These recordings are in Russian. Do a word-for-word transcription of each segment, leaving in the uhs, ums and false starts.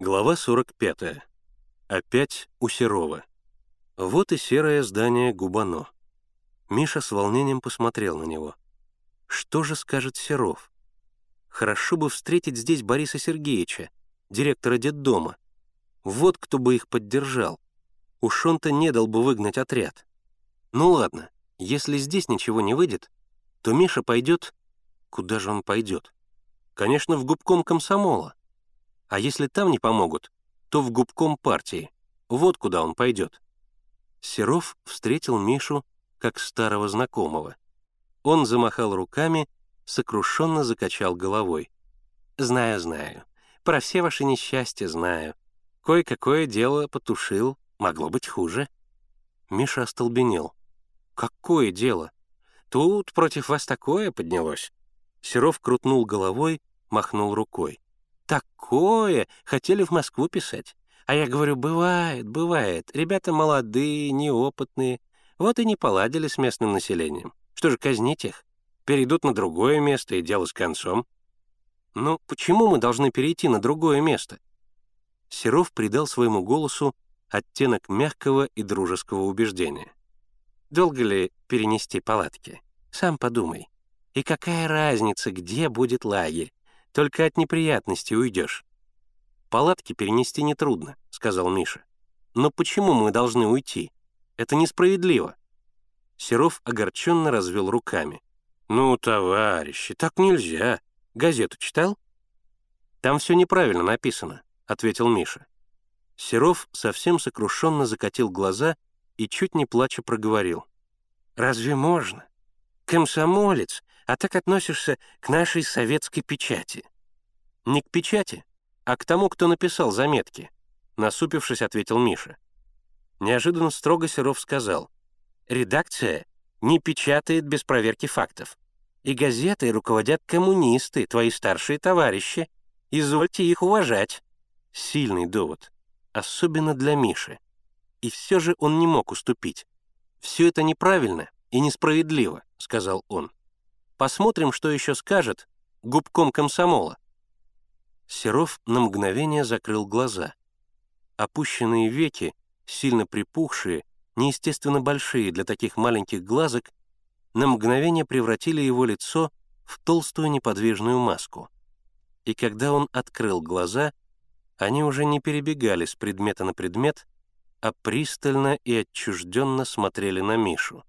Глава сорок пятая. Опять у Серова. Вот и серое здание Губано. Миша с волнением посмотрел на него. Что же скажет Серов? Хорошо бы встретить здесь Бориса Сергеевича, директора детдома. Вот кто бы их поддержал. Уж он-то не дал бы выгнать отряд. Ну ладно, если здесь ничего не выйдет, то Миша пойдет... Куда же он пойдет? Конечно, в губком комсомола. А если там не помогут, то в губком партии. Вот куда он пойдет. Серов встретил Мишу как старого знакомого. Он замахал руками, сокрушенно закачал головой. «Знаю, знаю. Про все ваши несчастья знаю. Кое-какое дело потушил. Могло быть хуже». Миша остолбенел. «Какое дело? Тут против вас такое поднялось?» Серов крутнул головой, махнул рукой. «Такое! Хотели в Москву писать. А я говорю, бывает, бывает. Ребята молодые, неопытные. Вот и не поладили с местным населением. Что же казнить их? Перейдут на другое место, и дело с концом». «Ну, почему мы должны перейти на другое место?» Серов придал своему голосу оттенок мягкого и дружеского убеждения. «Долго ли перенести палатки? Сам подумай. И какая разница, где будет лагерь? Только от неприятностей уйдешь». «Палатки перенести нетрудно», — сказал Миша. «Но почему мы должны уйти? Это несправедливо». Серов огорченно развел руками. «Ну, товарищи, так нельзя. Газету читал?» «Там все неправильно написано», — ответил Миша. Серов совсем сокрушенно закатил глаза и чуть не плача проговорил. «Разве можно? Комсомолец, а так относишься к нашей советской печати». «Не к печати, а к тому, кто написал заметки», — насупившись, ответил Миша. Неожиданно строго Серов сказал. «Редакция не печатает без проверки фактов. И газетой руководят коммунисты, твои старшие товарищи. Извольте их уважать». Сильный довод, особенно для Миши. И все же он не мог уступить. «Все это неправильно и несправедливо», — сказал он. «Посмотрим, что еще скажет губком комсомола». Серов на мгновение закрыл глаза. Опущенные веки, сильно припухшие, неестественно большие для таких маленьких глазок, на мгновение превратили его лицо в толстую неподвижную маску. И когда он открыл глаза, они уже не перебегали с предмета на предмет, а пристально и отчужденно смотрели на Мишу.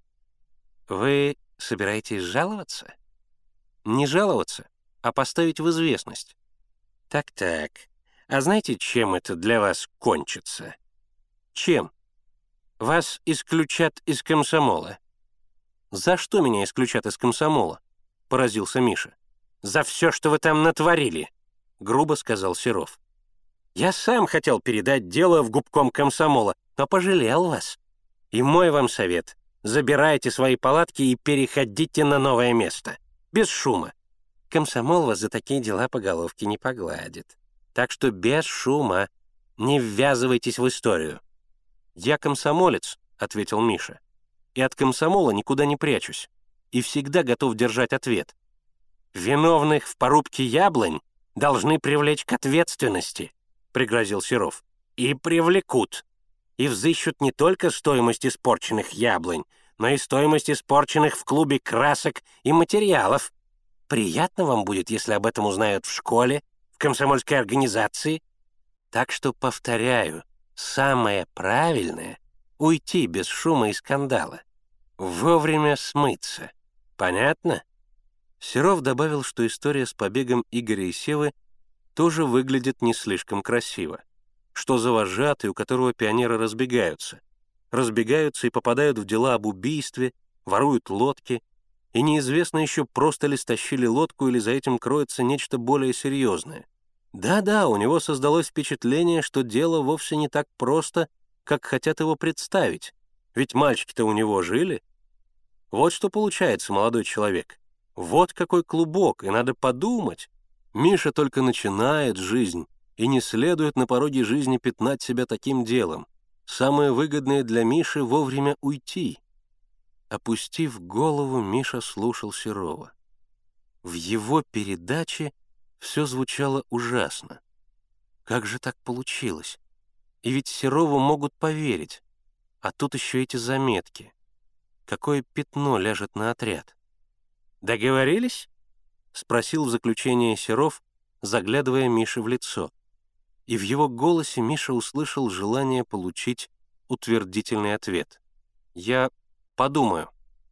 «Вы собираетесь жаловаться?» «Не жаловаться, а поставить в известность». «Так-так, а знаете, чем это для вас кончится?» «Чем?» «Вас исключат из комсомола». «За что меня исключат из комсомола?» — поразился Миша. «За все, что вы там натворили», — грубо сказал Серов. «Я сам хотел передать дело в губком комсомола, но пожалел вас. И мой вам совет — забирайте свои палатки и переходите на новое место. Без шума. Комсомол вас за такие дела по головке не погладит. Так что без шума. Не ввязывайтесь в историю». «Я комсомолец», — ответил Миша. «И от комсомола никуда не прячусь. И всегда готов держать ответ. Виновных в порубке яблонь должны привлечь к ответственности», — пригрозил Серов. «И привлекут. И взыщут не только стоимость испорченных яблонь, но и стоимость испорченных в клубе красок и материалов. Приятно вам будет, если об этом узнают в школе, в комсомольской организации. Так что, повторяю, самое правильное — уйти без шума и скандала. Вовремя смыться. Понятно?» Серов добавил, что история с побегом Игоря и Севы тоже выглядит не слишком красиво. Что за вожатый, у которого пионеры разбегаются. Разбегаются и попадают в дела об убийстве, воруют лодки, и неизвестно еще, просто ли стащили лодку или за этим кроется нечто более серьезное. Да-да, у него создалось впечатление, что дело вовсе не так просто, как хотят его представить. Ведь мальчики-то у него жили. Вот что получается, молодой человек. Вот какой клубок, и надо подумать. Миша только начинает жизнь, и не следует на пороге жизни пятнать себя таким делом. Самое выгодное для Миши — вовремя уйти. Опустив голову, Миша слушал Серова. В его передаче все звучало ужасно. Как же так получилось? И ведь Серову могут поверить. А тут еще эти заметки. Какое пятно ляжет на отряд. «Договорились?» — спросил в заключение Серов, заглядывая Мише в лицо. И в его голосе Миша услышал желание получить утвердительный ответ. «Я подумаю».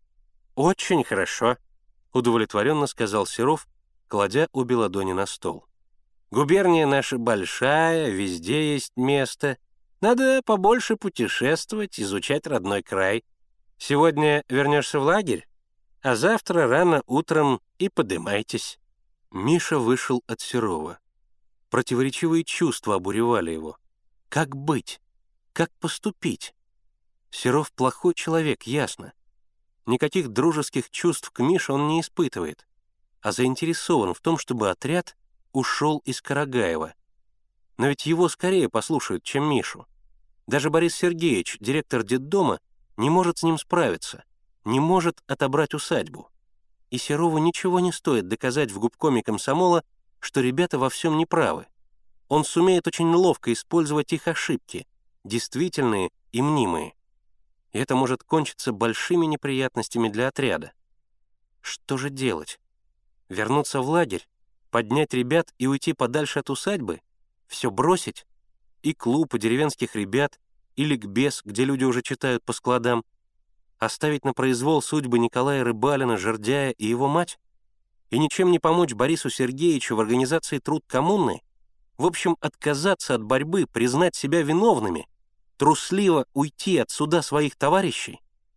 «Очень хорошо», — удовлетворенно сказал Серов, кладя обе ладони на стол. «Губерния наша большая, везде есть место. Надо побольше путешествовать, изучать родной край. Сегодня вернешься в лагерь, а завтра рано утром и подымайтесь». Миша вышел от Серова. Противоречивые чувства обуревали его. Как быть? Как поступить? Серов плохой человек, ясно. Никаких дружеских чувств к Мише он не испытывает, а заинтересован в том, чтобы отряд ушел из Карагаева. Но ведь его скорее послушают, чем Мишу. Даже Борис Сергеевич, директор детдома, не может с ним справиться, не может отобрать усадьбу. И Серову ничего не стоит доказать в губкоме комсомола, что ребята во всем неправы. Он сумеет очень ловко использовать их ошибки, действительные и мнимые. И это может кончиться большими неприятностями для отряда. Что же делать? Вернуться в лагерь, поднять ребят и уйти подальше от усадьбы? Все бросить? И клуб, и деревенских ребят, и ликбез, где люди уже читают по складам? Оставить на произвол судьбы Николая Рыбалина, Жердяя и его мать? И ничем не помочь Борису Сергеевичу в организации труд коммуны? В общем, отказаться от борьбы, признать себя виновными, трусливо уйти от суда своих товарищей?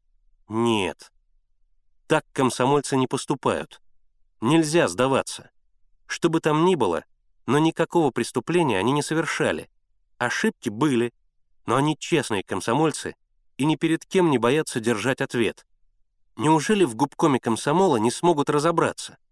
Нет. Так комсомольцы не поступают. Нельзя сдаваться. Что бы там ни было, но никакого преступления они не совершали. Ошибки были, но они честные комсомольцы и ни перед кем не боятся держать ответ. Неужели в губкоме комсомола не смогут разобраться?